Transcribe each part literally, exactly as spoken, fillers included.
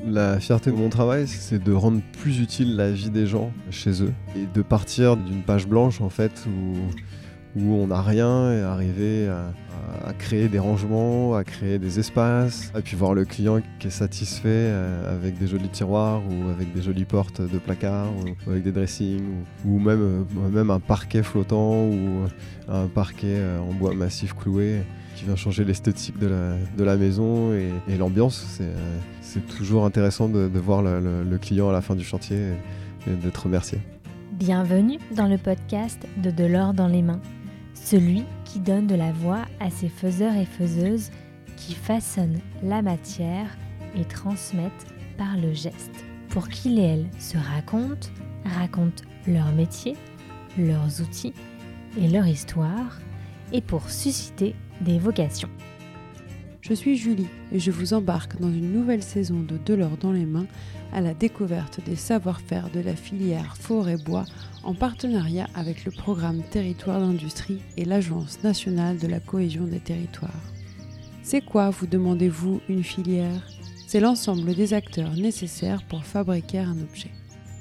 La fierté de mon travail, c'est de rendre plus utile la vie des gens chez eux et de partir d'une page blanche en fait où, où on n'a rien et arriver à, à créer des rangements, à créer des espaces, et puis voir le client qui est satisfait avec des jolis tiroirs ou avec des jolies portes de placard ou avec des dressings ou, ou même, même un parquet flottant ou un parquet en bois massif cloué qui vient changer l'esthétique de la, de la maison et, et l'ambiance. C'est, euh, c'est toujours intéressant de, de voir le, le, le client à la fin du chantier et, et d'être remercié. Bienvenue dans le podcast de De l'or dans les mains, celui qui donne de la voix à ces faiseurs et faiseuses qui façonnent la matière et transmettent par le geste, pour qu'ils et elles se racontent, racontent leur métier, leurs outils et leur histoire, et pour susciter des vocations. Je suis Julie et je vous embarque dans une nouvelle saison de De l'or dans les mains à la découverte des savoir-faire de la filière forêt-bois en partenariat avec le programme Territoire d'Industrie et l'Agence nationale de la cohésion des territoires. C'est quoi, vous demandez-vous, une filière ? C'est l'ensemble des acteurs nécessaires pour fabriquer un objet.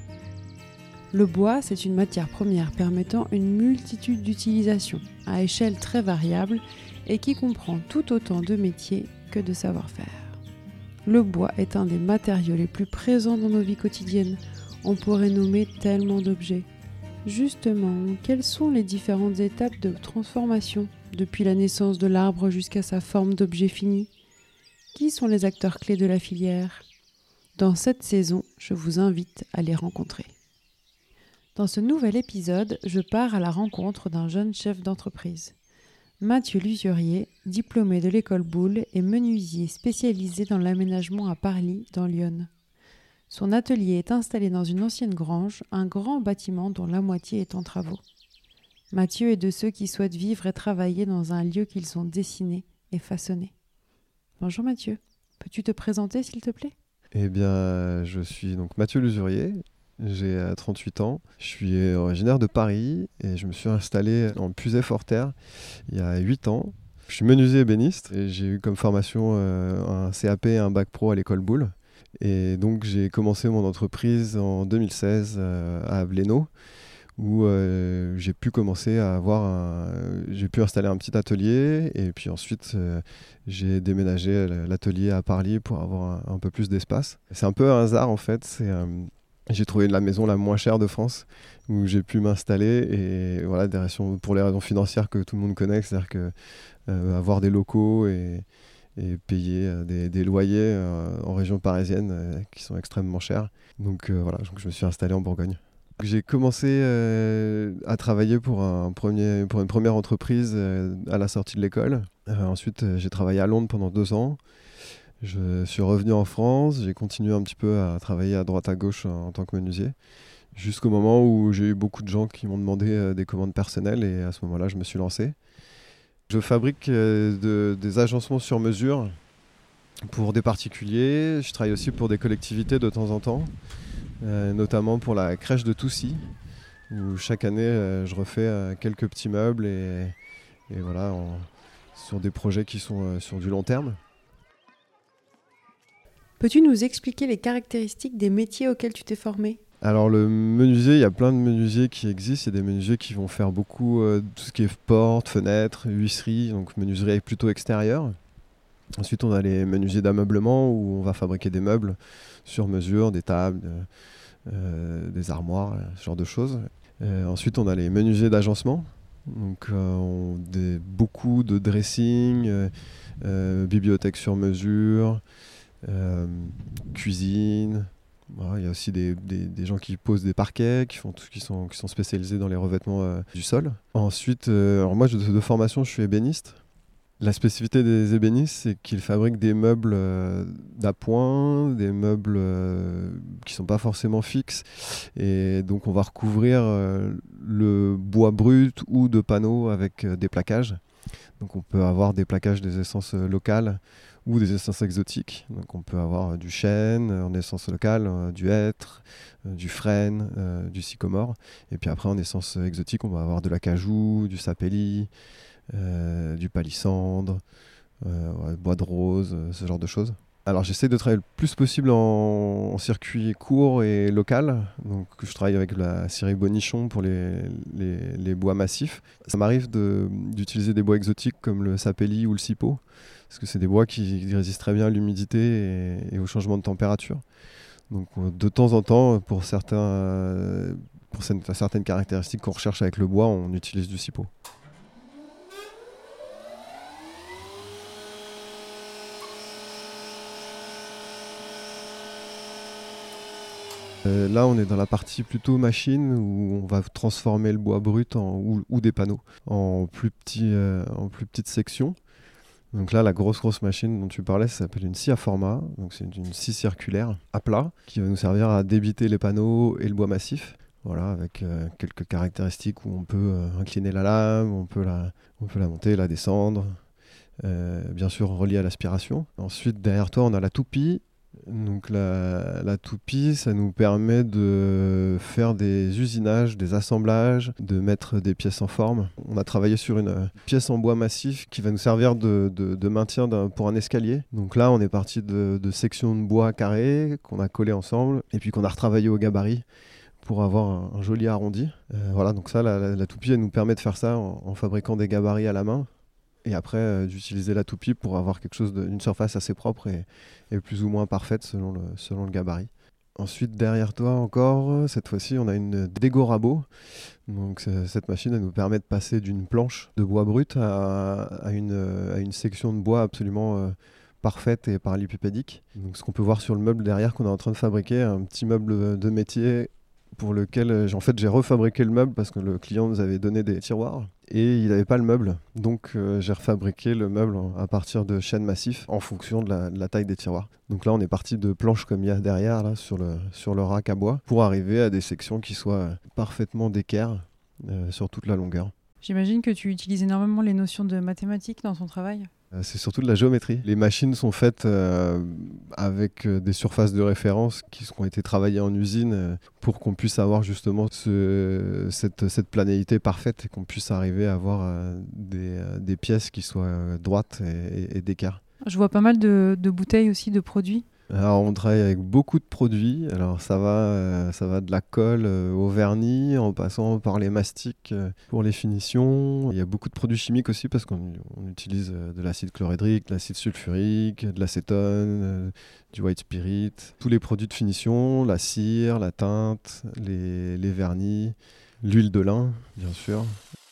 Le bois, c'est une matière première permettant une multitude d'utilisations à échelle très variable et qui comprend tout autant de métiers que de savoir-faire. Le bois est un des matériaux les plus présents dans nos vies quotidiennes. On pourrait nommer tellement d'objets. Justement, quelles sont les différentes étapes de transformation, depuis la naissance de l'arbre jusqu'à sa forme d'objet fini ? Qui sont les acteurs clés de la filière ? Dans cette saison, je vous invite à les rencontrer. Dans ce nouvel épisode, je pars à la rencontre d'un jeune chef d'entreprise. Mathieu Lusurier, diplômé de l'école Boulle et menuisier spécialisé dans l'aménagement à Parly, dans l'Yonne. Son atelier est installé dans une ancienne grange, un grand bâtiment dont la moitié est en travaux. Mathieu est de ceux qui souhaitent vivre et travailler dans un lieu qu'ils ont dessiné et façonné. Bonjour Mathieu, peux-tu te présenter s'il te plaît ? Eh bien, je suis donc Mathieu Lusurier. J'ai trente-huit ans, je suis originaire de Paris et je me suis installé en Puisaye-Forterre il y a huit ans. Je suis menuisier ébéniste et j'ai eu comme formation euh, un C A P et un bac pro à l'école Boulle. Et donc j'ai commencé mon entreprise en deux mille seize euh, à Blénaud où euh, j'ai pu commencer à avoir un, j'ai pu installer un petit atelier et puis ensuite euh, j'ai déménagé l'atelier à Parly pour avoir un, un peu plus d'espace. C'est un peu un hasard en fait, c'est... Euh, J'ai trouvé la maison la moins chère de France où j'ai pu m'installer et voilà, des raisons, pour les raisons financières que tout le monde connaît, c'est-à-dire que euh, avoir des locaux et, et payer euh, des, des loyers euh, en région parisienne euh, qui sont extrêmement chers. Donc euh, voilà, donc je me suis installé en Bourgogne. J'ai commencé euh, à travailler pour, un premier, pour une première entreprise euh, à la sortie de l'école. Euh, ensuite, euh, j'ai travaillé à Londres pendant deux ans. Je suis revenu en France, j'ai continué un petit peu à travailler à droite à gauche en, en tant que menuisier, jusqu'au moment où j'ai eu beaucoup de gens qui m'ont demandé euh, des commandes personnelles et à ce moment-là, je me suis lancé. Je fabrique euh, de, des agencements sur mesure pour des particuliers. Je travaille aussi pour des collectivités de temps en temps, euh, notamment pour la crèche de Toussy, où chaque année, euh, je refais euh, quelques petits meubles et, et voilà, en, sur des projets qui sont euh, sur du long terme. Peux-tu nous expliquer les caractéristiques des métiers auxquels tu t'es formé ? Alors le menuisier, il y a plein de menuisiers qui existent. Il y a des menuisiers qui vont faire beaucoup euh, tout ce qui est portes, fenêtres, huisseries, donc menuiserie plutôt extérieure. Ensuite, on a les menuisiers d'ameublement où on va fabriquer des meubles sur mesure, des tables, euh, des armoires, ce genre de choses. Euh, ensuite, on a les menuisiers d'agencement. Donc euh, on, des, beaucoup de dressing, euh, euh, bibliothèque sur mesure, Euh, cuisine. Voilà, il y a aussi des, des, des gens qui posent des parquets, qui, font tout, qui, sont, qui sont spécialisés dans les revêtements euh, du sol. Ensuite, euh, alors moi de, de formation, je suis ébéniste. La spécificité des ébénistes, c'est qu'ils fabriquent des meubles euh, d'appoint, des meubles euh, qui ne sont pas forcément fixes. Et donc on va recouvrir euh, le bois brut ou de panneaux avec euh, des plaquages. Donc on peut avoir des plaquages des essences locales ou des essences exotiques. Donc on peut avoir du chêne en essence locale, euh, du hêtre, euh, du frêne, euh, du sycomore. Et puis après en essence exotique, on va avoir de l'acajou, du sapelli, euh, du palissandre, euh, ouais, bois de rose, euh, ce genre de choses. Alors j'essaie de travailler le plus possible en, en circuit court et local. Donc je travaille avec la scierie Bonichon pour les, les, les bois massifs. Ça m'arrive de, d'utiliser des bois exotiques comme le sapelli ou le cipeau, parce que c'est des bois qui résistent très bien à l'humidité et, et au changement de température. Donc de temps en temps, pour, certains, pour certaines caractéristiques qu'on recherche avec le bois, on utilise du cipeau. Euh, là, on est dans la partie plutôt machine où on va transformer le bois brut en, ou, ou des panneaux en plus, petits, euh, en plus petites sections. Donc là, la grosse grosse machine dont tu parlais, ça s'appelle une scie à format. Donc c'est une, une scie circulaire à plat qui va nous servir à débiter les panneaux et le bois massif. Voilà, avec euh, quelques caractéristiques où on peut euh, incliner la lame, on peut la, on peut la monter, la descendre. Euh, bien sûr relié à l'aspiration. Ensuite, derrière toi, on a la toupie. Donc la, la toupie, ça nous permet de faire des usinages, des assemblages, de mettre des pièces en forme. On a travaillé sur une pièce en bois massif qui va nous servir de, de, de maintien d'un, pour un escalier. Donc là, on est parti de, de sections de bois carrées qu'on a collées ensemble et puis qu'on a retravaillé au gabarit pour avoir un, un joli arrondi. Euh, voilà, donc ça, la, la, la toupie, elle nous permet de faire ça en, en fabriquant des gabarits à la main. Et après, euh, d'utiliser la toupie pour avoir quelque chose d'une surface assez propre et, et plus ou moins parfaite selon le, selon le gabarit. Ensuite, derrière toi encore, cette fois-ci, on a une Dego Rabot. Donc, cette machine, elle nous permet de passer d'une planche de bois brut à, à, une, à une section de bois absolument euh, parfaite et parallélépipédique. Donc, ce qu'on peut voir sur le meuble derrière qu'on est en train de fabriquer, un petit meuble de métier pour lequel en fait, j'ai refabriqué le meuble parce que le client nous avait donné des tiroirs et il n'avait pas le meuble. Donc euh, j'ai refabriqué le meuble à partir de chaînes massifs en fonction de la, de la taille des tiroirs. Donc là on est parti de planches comme il y a derrière là, sur, le, sur le rack à bois pour arriver à des sections qui soient parfaitement d'équerre euh, sur toute la longueur. J'imagine que tu utilises énormément les notions de mathématiques dans ton travail. Euh, c'est surtout de la géométrie. Les machines sont faites euh, avec euh, des surfaces de référence qui ont été travaillées en usine euh, pour qu'on puisse avoir justement ce, cette, cette planéité parfaite et qu'on puisse arriver à avoir euh, des, euh, des pièces qui soient euh, droites et, et, et d'équerre. Je vois pas mal de, de bouteilles aussi, de produits. Alors on travaille avec beaucoup de produits. Alors ça va, euh, ça va de la colle euh, au vernis, en passant par les mastiques euh, pour les finitions. Il y a beaucoup de produits chimiques aussi parce qu'on on utilise euh, de l'acide chlorhydrique, de l'acide sulfurique, de l'acétone, euh, du white spirit. Tous les produits de finition, la cire, la teinte, les, les vernis, l'huile de lin, bien sûr.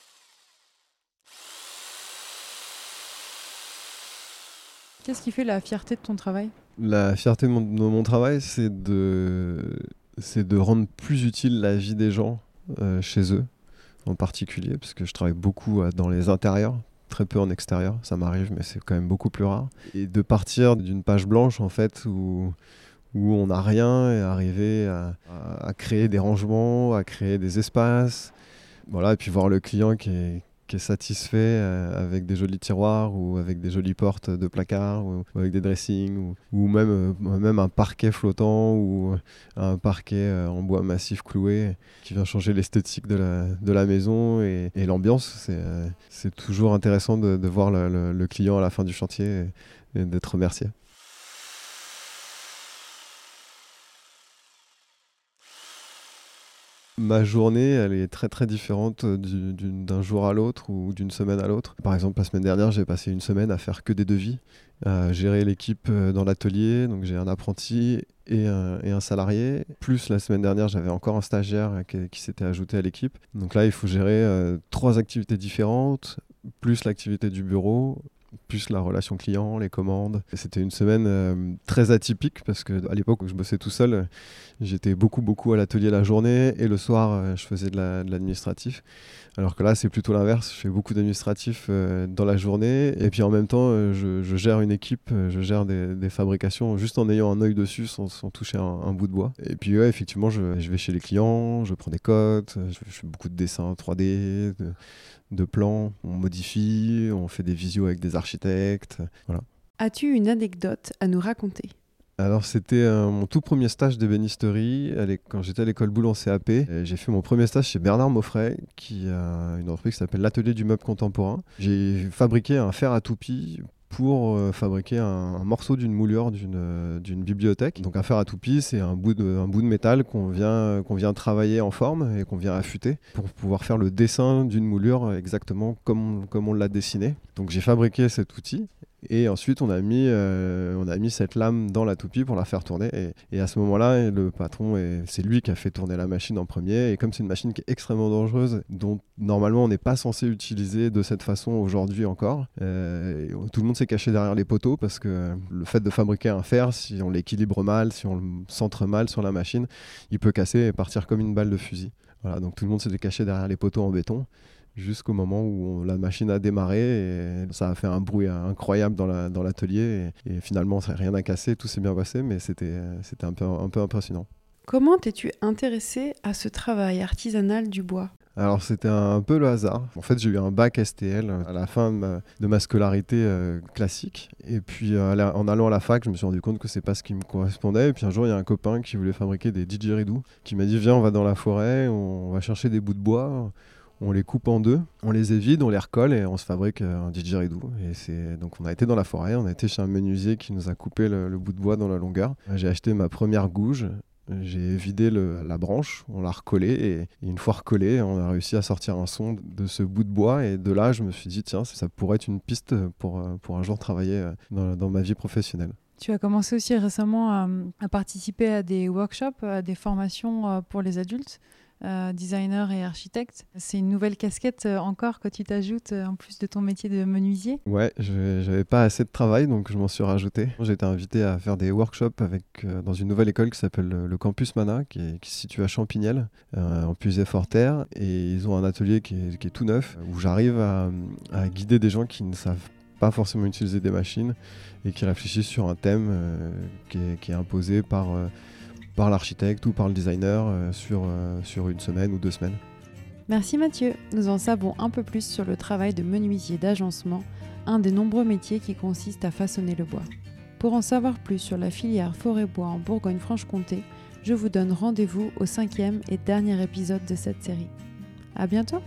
Qu'est-ce qui fait la fierté de ton travail ? La fierté de mon, de mon travail, c'est de, c'est de rendre plus utile la vie des gens euh, chez eux, en particulier, parce que je travaille beaucoup euh, dans les intérieurs, très peu en extérieur, ça m'arrive, mais c'est quand même beaucoup plus rare. Et de partir d'une page blanche, en fait, où, où on n'a rien, et arriver à, à, à créer des rangements, à créer des espaces, voilà, et puis voir le client qui est qui est satisfait euh, avec des jolis tiroirs ou avec des jolies portes de placard ou, ou avec des dressings ou, ou même, euh, même un parquet flottant ou un parquet euh, en bois massif cloué qui vient changer l'esthétique de la, de la maison et, et l'ambiance. C'est, euh, c'est toujours intéressant de, de voir le, le, le client à la fin du chantier et, et d'être remercié. Ma journée, elle est très très différente du, d'une, d'un jour à l'autre ou d'une semaine à l'autre. Par exemple, la semaine dernière, j'ai passé une semaine à faire que des devis, à gérer l'équipe dans l'atelier. Donc j'ai un apprenti et un, et un salarié. Plus la semaine dernière, j'avais encore un stagiaire qui, qui s'était ajouté à l'équipe. Donc là, il faut gérer euh, trois activités différentes, plus l'activité du bureau, plus la relation client, les commandes. Et c'était une semaine euh, très atypique parce qu'à l'époque où je bossais tout seul, j'étais beaucoup beaucoup à l'atelier la journée et le soir, euh, je faisais de, la, de l'administratif. Alors que là, c'est plutôt l'inverse. Je fais beaucoup d'administratif euh, dans la journée et puis en même temps, euh, je, je gère une équipe, euh, je gère des, des fabrications juste en ayant un œil dessus sans, sans toucher un, un bout de bois. Et puis ouais, effectivement, je, je vais chez les clients, je prends des cotes, je, je fais beaucoup de dessins trois D, de, de plans, on modifie, on fait des visios avec des architectes, voilà. As-tu une anecdote à nous raconter ? Alors c'était euh, mon tout premier stage d'ébénisterie quand j'étais à l'école Boulle en C A P. Et j'ai fait mon premier stage chez Bernard Moffret, qui a une entreprise qui s'appelle l'Atelier du Meuble Contemporain. J'ai fabriqué un fer à toupie pour euh, fabriquer un, un morceau d'une moulure d'une, euh, d'une bibliothèque. Donc un fer à toupie, c'est un bout de, un bout de métal qu'on vient, qu'on vient travailler en forme et qu'on vient affûter pour pouvoir faire le dessin d'une moulure exactement comme, comme on l'a dessiné. Donc j'ai fabriqué cet outil. Et ensuite, on a, mis, euh, on a mis cette lame dans la toupie pour la faire tourner. Et, et à ce moment-là, le patron, est, c'est lui qui a fait tourner la machine en premier. Et comme c'est une machine qui est extrêmement dangereuse, dont normalement on n'est pas censé utiliser de cette façon aujourd'hui encore, euh, tout le monde s'est caché derrière les poteaux parce que le fait de fabriquer un fer, si on l'équilibre mal, si on le centre mal sur la machine, il peut casser et partir comme une balle de fusil. Voilà, donc tout le monde s'était caché derrière les poteaux en béton. Jusqu'au moment où on, la machine a démarré et ça a fait un bruit incroyable dans, la, dans l'atelier et, et finalement ça n'a rien à casser, tout s'est bien passé, mais c'était, c'était un peu, un peu impressionnant. Comment t'es-tu intéressé à ce travail artisanal du bois ? Alors c'était un, un peu le hasard. En fait j'ai eu un bac S T L à la fin de ma, de ma scolarité euh, classique et puis euh, la, en allant à la fac je me suis rendu compte que c'est pas ce qui me correspondait et puis un jour il y a un copain qui voulait fabriquer des didgeridoo qui m'a dit viens on va dans la forêt, on va chercher des bouts de bois. On les coupe en deux, on les évide, on les recolle et on se fabrique un didgeridoo. Et c'est... Donc on a été dans la forêt, on a été chez un menuisier qui nous a coupé le, le bout de bois dans la longueur. J'ai acheté ma première gouge, j'ai vidé le, la branche, on l'a recollée et, et une fois recollée, on a réussi à sortir un son de ce bout de bois. Et de là, je me suis dit, tiens, ça pourrait être une piste pour, pour un jour travailler dans, dans ma vie professionnelle. Tu as commencé aussi récemment à, à participer à des workshops, à des formations pour les adultes. Euh, designer et architecte. C'est une nouvelle casquette euh, encore que tu t'ajoutes euh, en plus de ton métier de menuisier. Ouais, je n'avais pas assez de travail donc je m'en suis rajouté. J'ai été invité à faire des workshops avec, euh, dans une nouvelle école qui s'appelle le, le Campus Mana qui, est, qui se situe à Champignelles euh, en Puisay-Forterre et ils ont un atelier qui est, qui est tout neuf où j'arrive à, à guider des gens qui ne savent pas forcément utiliser des machines et qui réfléchissent sur un thème euh, qui, est, qui est imposé par... Euh, par l'architecte ou par le designer euh, sur, euh, sur une semaine ou deux semaines. Merci Mathieu. Nous en savons un peu plus sur le travail de menuisier d'agencement, un des nombreux métiers qui consiste à façonner le bois. Pour en savoir plus sur la filière forêt-bois en Bourgogne-Franche-Comté, je vous donne rendez-vous au cinquième et dernier épisode de cette série. À bientôt.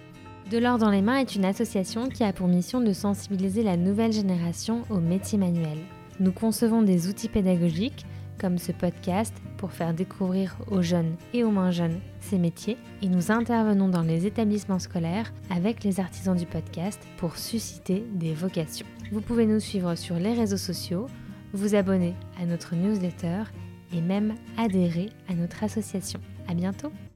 De l'or dans les mains est une association qui a pour mission de sensibiliser la nouvelle génération aux métiers manuels. Nous concevons des outils pédagogiques comme ce podcast pour faire découvrir aux jeunes et aux moins jeunes ces métiers et nous intervenons dans les établissements scolaires avec les artisans du podcast pour susciter des vocations. Vous pouvez nous suivre sur les réseaux sociaux, vous abonner à notre newsletter et même adhérer à notre association. À bientôt!